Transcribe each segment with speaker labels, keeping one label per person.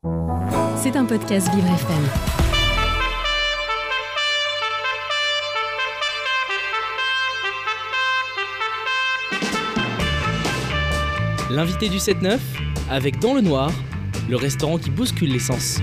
Speaker 1: C'est un podcast Vivre FM.
Speaker 2: L'invité du 7-9, avec Dans le Noir, le restaurant qui bouscule les sens.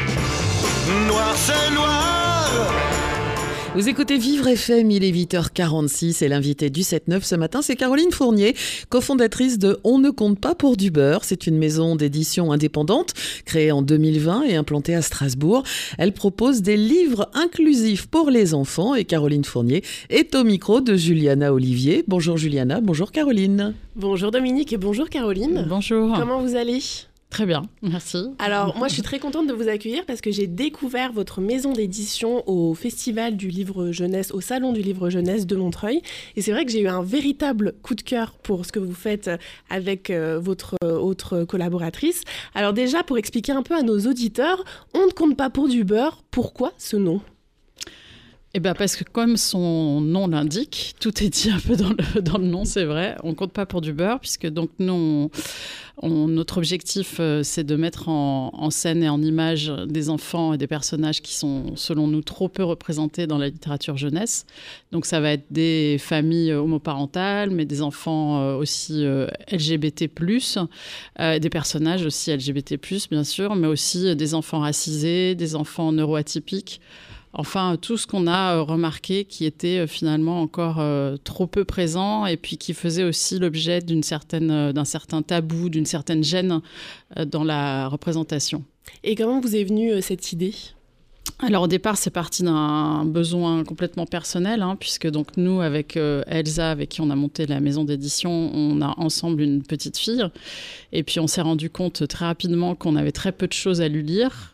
Speaker 3: Noir, c'est noir.
Speaker 4: Vous écoutez Vivre FM, il est 8h46 et l'invité du 7-9 ce matin, c'est Caroline Fournier, cofondatrice de On ne compte pas pour du beurre. C'est une maison d'édition indépendante créée en 2020 et implantée à Strasbourg. Elle propose des livres inclusifs pour les enfants et Caroline Fournier est au micro de Juliana Olivier. Bonjour Juliana, bonjour Caroline.
Speaker 5: Bonjour Dominique et bonjour Caroline.
Speaker 6: Bonjour.
Speaker 5: Comment vous allez ?
Speaker 6: Très bien, merci.
Speaker 5: Alors, moi, je suis très contente de vous accueillir parce que j'ai découvert votre maison d'édition au Festival du Livre Jeunesse, au Salon du Livre Jeunesse de Montreuil. Et c'est vrai que j'ai eu un véritable coup de cœur pour ce que vous faites avec votre autre collaboratrice. Alors déjà, pour expliquer un peu à nos auditeurs, on ne compte pas pour du beurre. Pourquoi ce nom ?
Speaker 6: Eh ben parce que comme son nom l'indique, tout est dit un peu dans le nom, c'est vrai. On ne compte pas pour du beurre, puisque donc nous, notre objectif, c'est de mettre en scène et en image des enfants et des personnages qui sont, selon nous, trop peu représentés dans la littérature jeunesse. Donc ça va être des familles homoparentales, mais des enfants aussi LGBT+, des personnages aussi LGBT+, bien sûr, mais aussi des enfants racisés, des enfants neuroatypiques. Enfin, tout ce qu'on a remarqué qui était finalement encore trop peu présent et puis qui faisait aussi l'objet d'un certain tabou, d'une certaine gêne dans la représentation.
Speaker 5: Et comment vous est venue cette idée ?
Speaker 6: Alors au départ, c'est parti d'un besoin complètement personnel, puisque donc nous, avec Elsa, avec qui on a monté la maison d'édition, on a ensemble une petite fille. Et puis on s'est rendu compte très rapidement qu'on avait très peu de choses à lui lire.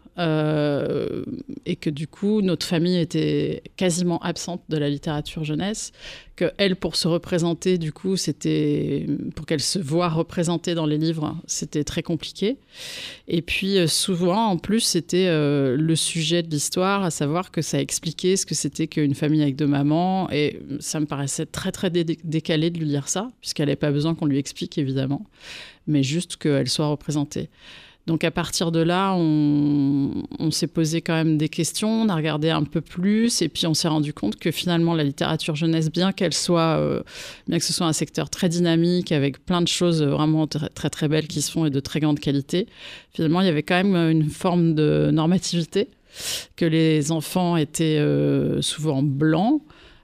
Speaker 6: Et que du coup notre famille était quasiment absente de la littérature jeunesse, que elle, pour se représenter, du coup c'était pour qu'elle se voie représentée dans les livres, c'était très compliqué. Et puis souvent en plus c'était le sujet de l'histoire, à savoir que ça expliquait ce que c'était qu'une famille avec deux mamans, et ça me paraissait très très décalé de lui lire ça, puisqu'elle n'avait pas besoin qu'on lui explique évidemment, mais juste qu'elle soit représentée. Donc à partir de là, on s'est posé quand même des questions, on a regardé un peu plus et puis on s'est rendu compte que finalement la littérature jeunesse, bien que ce soit un secteur très dynamique avec plein de choses vraiment très très, très belles qui se font et de très grande qualité, finalement il y avait quand même une forme de normativité, que les enfants étaient souvent blancs,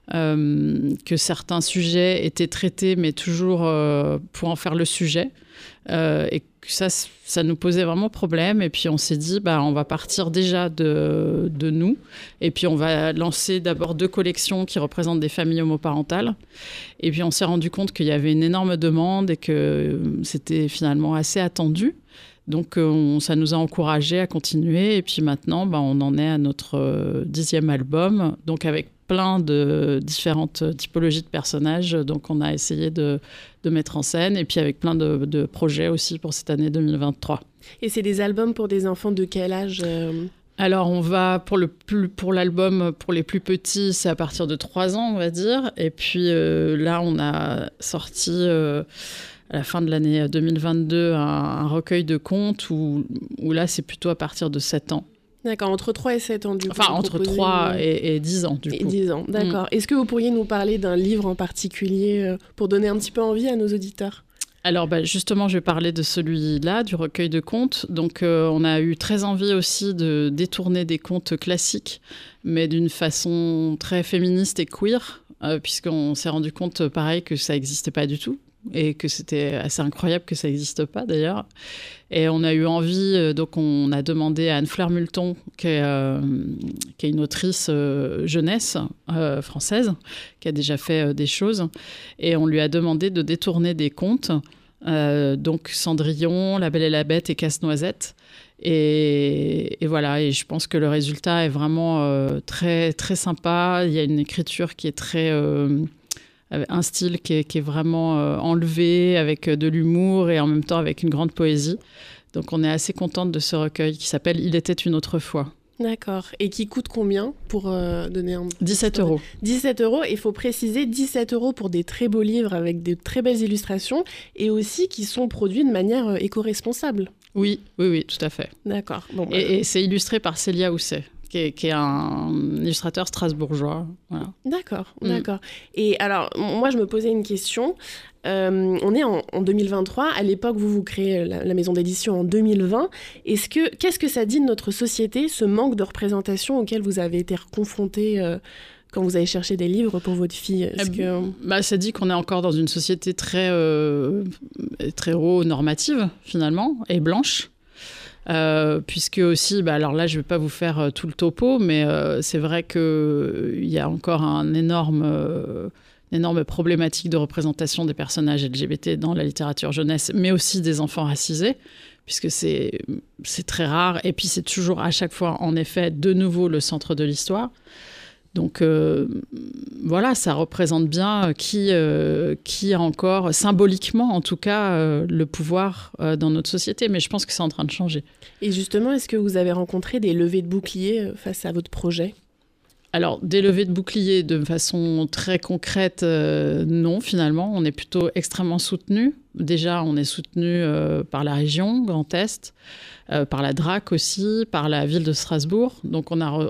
Speaker 6: que certains sujets étaient traités mais toujours pour en faire le sujet, et que ça nous posait vraiment problème. Et puis on s'est dit, on va partir déjà de nous, et puis on va lancer d'abord 2 collections qui représentent des familles homoparentales. Et puis on s'est rendu compte qu'il y avait une énorme demande et que c'était finalement assez attendu. Donc ça nous a encouragés à continuer. Et puis maintenant, on en est à notre 10e album, donc avec plein de différentes typologies de personnages. Donc on a essayé de mettre en scène, et puis avec plein de projets aussi pour cette année 2023.
Speaker 5: Et c'est des albums pour des enfants de quel âge ?
Speaker 6: Alors on va pour l'album pour les plus petits, c'est à partir de 3 ans on va dire. Et puis là on a sorti à la fin de l'année 2022 un recueil de contes où là c'est plutôt à partir de 7 ans.
Speaker 5: D'accord, entre 3 et 7 ans du coup.
Speaker 6: Enfin, entre 3 et 10 ans du coup.
Speaker 5: Et 10 ans, d'accord. Est-ce que vous pourriez nous parler d'un livre en particulier pour donner un petit peu envie à nos auditeurs ?
Speaker 6: Alors justement, je vais parler de celui-là, du recueil de contes. Donc on a eu très envie aussi de détourner des contes classiques, mais d'une façon très féministe et queer, puisqu'on s'est rendu compte, pareil, que ça n'existait pas du tout. Et que c'était assez incroyable que ça n'existe pas d'ailleurs. Et on a eu envie, donc on a demandé à Anne-Fleur Multon, qui est une autrice jeunesse française, qui a déjà fait des choses, et on lui a demandé de détourner des contes, donc Cendrillon, La Belle et la Bête et Casse-Noisette. Et voilà, et je pense que le résultat est vraiment très, très sympa. Il y a une écriture qui est très... un style qui est vraiment enlevé, avec de l'humour et en même temps avec une grande poésie. Donc on est assez contente de ce recueil qui s'appelle « Il était une autre fois ».
Speaker 5: D'accord. Et qui coûte combien pour donner un...
Speaker 6: 17 €.
Speaker 5: 17 €. Il faut préciser 17 € pour des très beaux livres avec de très belles illustrations et aussi qui sont produits de manière éco-responsable.
Speaker 6: Oui, tout à fait.
Speaker 5: D'accord. Bon,
Speaker 6: Et c'est illustré par Célia Housset, qui est un illustrateur strasbourgeois. Voilà.
Speaker 5: D'accord. Et alors, moi, je me posais une question. On est en 2023. À l'époque, vous créez la maison d'édition en 2020. Qu'est-ce que ça dit de notre société, ce manque de représentation auquel vous avez été confronté quand vous avez cherché des livres pour votre fille?
Speaker 6: Ça dit qu'on est encore dans une société très hétéronormative, finalement, et blanche. Puisque aussi, alors là, je ne vais pas vous faire tout le topo, mais c'est vrai qu'il y a encore une énorme problématique de représentation des personnages LGBT dans la littérature jeunesse, mais aussi des enfants racisés, puisque c'est très rare. Et puis, c'est toujours à chaque fois, en effet, de nouveau le centre de l'histoire. Donc voilà, ça représente bien qui a encore, symboliquement en tout cas, le pouvoir dans notre société. Mais je pense que c'est en train de changer.
Speaker 5: Et justement, est-ce que vous avez rencontré des levées de boucliers face à votre projet ?
Speaker 6: Alors, des levées de boucliers de façon très concrète, non, finalement. On est plutôt extrêmement soutenus. Déjà, on est soutenus par la région Grand Est, par la DRAC aussi, par la ville de Strasbourg, donc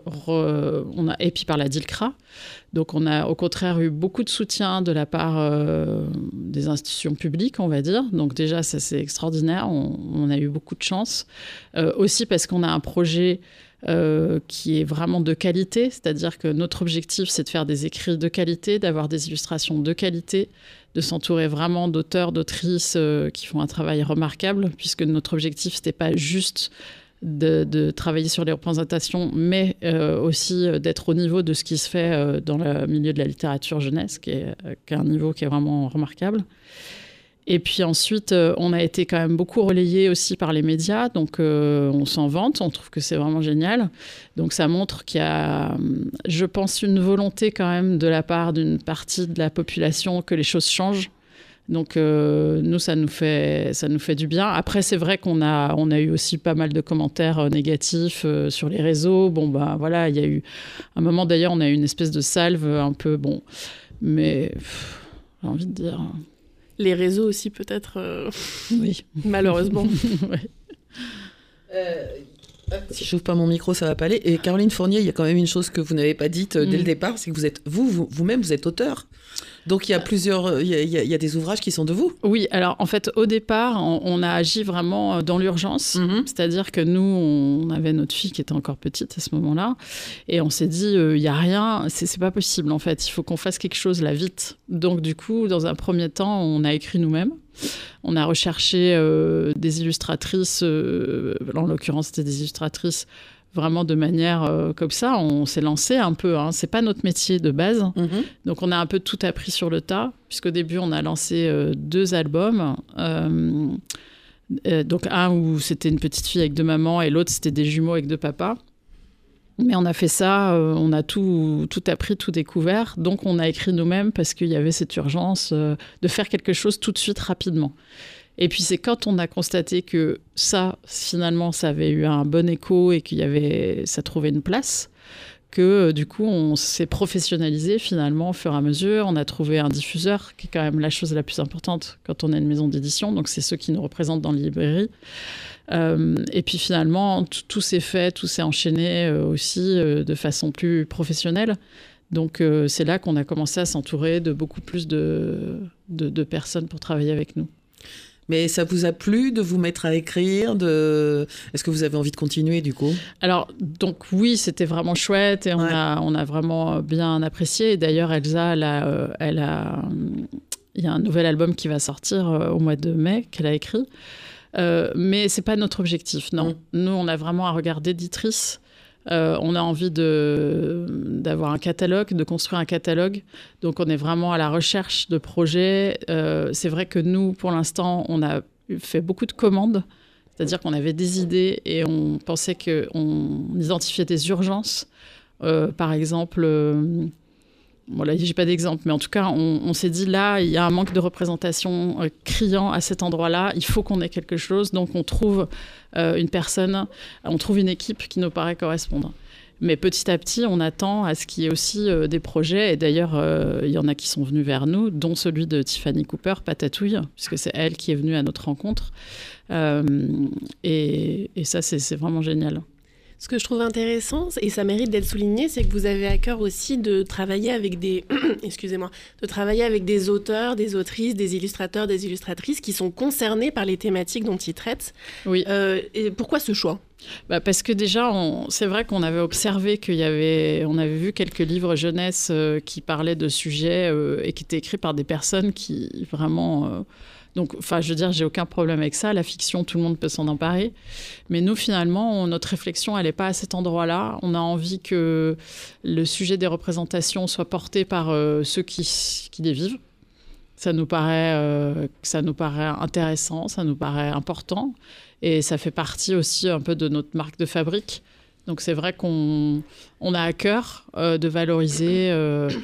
Speaker 6: et puis par la DILCRA. Donc, on a au contraire eu beaucoup de soutien de la part des institutions publiques, on va dire. Donc déjà, ça, c'est extraordinaire. On a eu beaucoup de chance. Aussi parce qu'on a un projet qui est vraiment de qualité, c'est-à-dire que notre objectif, c'est de faire des écrits de qualité, d'avoir des illustrations de qualité, de s'entourer vraiment d'auteurs, d'autrices qui font un travail remarquable, puisque notre objectif, c'était pas juste de travailler sur les représentations, mais aussi d'être au niveau de ce qui se fait dans le milieu de la littérature jeunesse, qui est un niveau qui est vraiment remarquable. Et puis ensuite, on a été quand même beaucoup relayé aussi par les médias, donc on s'en vante, on trouve que c'est vraiment génial. Donc ça montre qu'il y a, je pense, une volonté quand même de la part d'une partie de la population que les choses changent. Donc nous, ça nous fait du bien. Après, c'est vrai qu'on a eu aussi pas mal de commentaires négatifs sur les réseaux. Bon, voilà, il y a eu un moment, d'ailleurs, on a eu une espèce de salve un peu, mais j'ai envie de dire...
Speaker 5: Les réseaux aussi, peut-être,
Speaker 6: oui.
Speaker 5: Malheureusement.
Speaker 6: Ouais.
Speaker 4: Si j'ouvre pas mon micro, ça va pas aller. Et Caroline Fournier, il y a quand même une chose que vous n'avez pas dite dès le départ, c'est que vous êtes vous-même, vous êtes auteur. Donc il y a il y a des ouvrages qui sont de vous.
Speaker 6: Oui, alors en fait, au départ, on a agi vraiment dans l'urgence. C'est-à-dire que nous, on avait notre fille qui était encore petite à ce moment-là. Et on s'est dit, il n'y a rien, c'est pas possible en fait. Il faut qu'on fasse quelque chose là, vite. Donc du coup, dans un premier temps, on a écrit nous-mêmes. On a recherché des illustratrices, en l'occurrence, c'était des illustratrices vraiment de manière comme ça. On s'est lancé un peu. C'est pas notre métier de base. Donc, on a un peu tout appris sur le tas, puisqu'au début, on a lancé 2 albums. Donc, un où c'était une petite fille avec 2 mamans et l'autre, c'était des jumeaux avec 2 papas. Mais on a fait ça, on a tout appris, tout découvert. Donc, on a écrit nous-mêmes parce qu'il y avait cette urgence de faire quelque chose tout de suite, rapidement. Et puis, c'est quand on a constaté que ça, finalement, ça avait eu un bon écho et ça trouvait une place, que du coup, on s'est professionnalisé finalement au fur et à mesure. On a trouvé un diffuseur, qui est quand même la chose la plus importante quand on a une maison d'édition. Donc, c'est ceux qui nous représentent dans les librairies. Et puis finalement, tout s'est fait, tout s'est enchaîné aussi de façon plus professionnelle. Donc c'est là qu'on a commencé à s'entourer de beaucoup plus de personnes pour travailler avec nous.
Speaker 4: Mais ça vous a plu de vous mettre à écrire Est-ce que vous avez envie de continuer du coup ?
Speaker 6: Alors, donc oui, c'était vraiment chouette et on a vraiment bien apprécié. Et d'ailleurs, Elsa, il y a un nouvel album qui va sortir au mois de mai qu'elle a écrit. Mais c'est pas notre objectif, non. Nous, on a vraiment un regard d'éditrice. On a envie d'avoir un catalogue, de construire un catalogue. Donc, on est vraiment à la recherche de projets. C'est vrai que nous, pour l'instant, on a fait beaucoup de commandes. C'est-à-dire qu'on avait des idées et on pensait qu'on identifiait des urgences. Par exemple... Bon, là, j'ai pas d'exemple, mais en tout cas, on s'est dit, là, il y a un manque de représentation criant à cet endroit-là. Il faut qu'on ait quelque chose. Donc, on trouve une personne, on trouve une équipe qui nous paraît correspondre. Mais petit à petit, on attend à ce qu'il y ait aussi des projets. Et d'ailleurs, il y en a qui sont venus vers nous, dont celui de Tiffany Cooper, Patatouille, puisque c'est elle qui est venue à notre rencontre. Et ça, c'est vraiment génial.
Speaker 5: Ce que je trouve intéressant, et ça mérite d'être souligné, c'est que vous avez à cœur aussi de travailler avec des, de travailler avec des auteurs, des autrices, des illustrateurs, des illustratrices qui sont concernés par les thématiques dont ils traitent.
Speaker 6: Oui.
Speaker 5: Et pourquoi ce choix ?
Speaker 6: Parce que déjà, c'est vrai qu'on avait observé on avait vu quelques livres jeunesse qui parlaient de sujets et qui étaient écrits par des personnes qui vraiment... Donc, je veux dire, j'ai aucun problème avec ça. La fiction, tout le monde peut s'en emparer. Mais nous, finalement, notre réflexion, elle n'est pas à cet endroit-là. On a envie que le sujet des représentations soit porté par ceux qui les vivent. Ça nous paraît intéressant, ça nous paraît important. Et ça fait partie aussi un peu de notre marque de fabrique. Donc, c'est vrai qu'on a à cœur de valoriser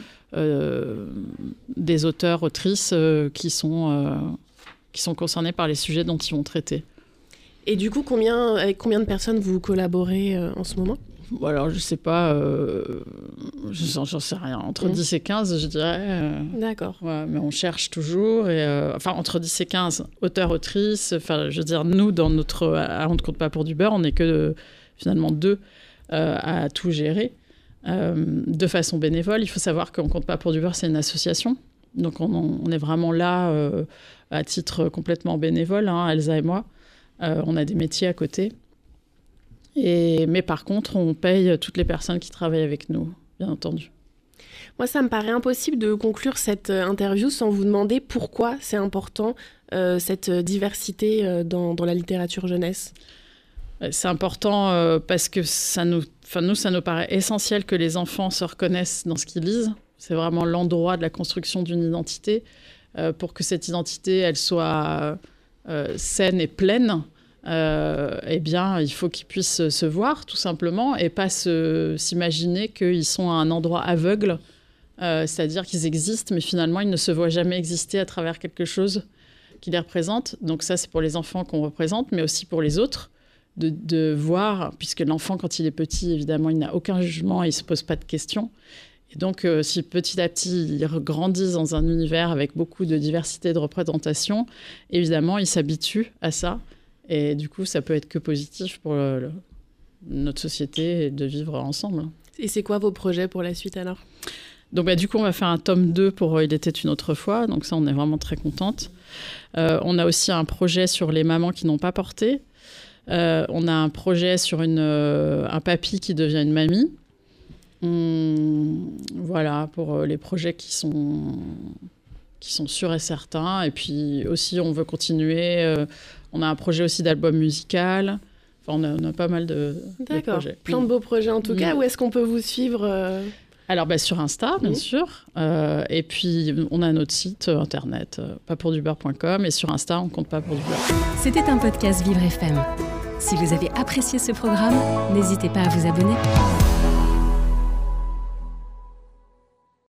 Speaker 6: des auteurs, autrices qui sont concernés par les sujets dont ils vont traiter.
Speaker 5: Et du coup, avec combien de personnes vous collaborez en ce moment ?
Speaker 6: Alors, je sais pas, j'en sais rien. Entre 10 et 15, je dirais.
Speaker 5: D'accord.
Speaker 6: Ouais, mais on cherche toujours. Entre 10 et 15, auteurs, autrices. Je veux dire, nous, dans notre On ne compte pas pour du beurre, on n'est que finalement 2 à tout gérer de façon bénévole. Il faut savoir qu'on ne compte pas pour du beurre, c'est une association. Donc, on est vraiment là à titre complètement bénévole, Elsa et moi. On a des métiers à côté. Mais par contre, on paye toutes les personnes qui travaillent avec nous, bien entendu.
Speaker 5: Moi, ça me paraît impossible de conclure cette interview sans vous demander pourquoi c'est important cette diversité dans la littérature jeunesse.
Speaker 6: C'est important parce que ça nous paraît essentiel que les enfants se reconnaissent dans ce qu'ils lisent. C'est vraiment l'endroit de la construction d'une identité. Pour que cette identité, elle soit saine et pleine, il faut qu'ils puissent se voir, tout simplement, et pas s'imaginer qu'ils sont à un endroit aveugle, c'est-à-dire qu'ils existent, mais finalement, ils ne se voient jamais exister à travers quelque chose qui les représente. Donc ça, c'est pour les enfants qu'on représente, mais aussi pour les autres, de voir, puisque l'enfant, quand il est petit, évidemment, il n'a aucun jugement, il ne se pose pas de questions. Et donc, si petit à petit, ils grandissent dans un univers avec beaucoup de diversité de représentation, évidemment, ils s'habituent à ça. Et du coup, ça peut être que positif pour notre société de vivre ensemble.
Speaker 5: Et c'est quoi vos projets pour la suite alors ?
Speaker 6: Donc, du coup, on va faire un tome 2 pour Il était une autre fois. Donc ça, on est vraiment très contente. On a aussi un projet sur les mamans qui n'ont pas porté. On a un projet sur un papy qui devient une mamie. Voilà, pour les projets qui sont sûrs et certains. Et puis aussi, on veut continuer. On a un projet aussi d'album musical. Enfin, on a pas mal de projets.
Speaker 5: Plein de beaux projets en tout cas. Où est-ce qu'on peut vous suivre
Speaker 6: Alors, sur Insta, bien sûr. Et puis, on a notre site internet, paspourdubeurre.com. Et sur Insta, on compte pas pour du beurre.
Speaker 1: C'était un podcast Vivre FM. Si vous avez apprécié ce programme, n'hésitez pas à vous abonner.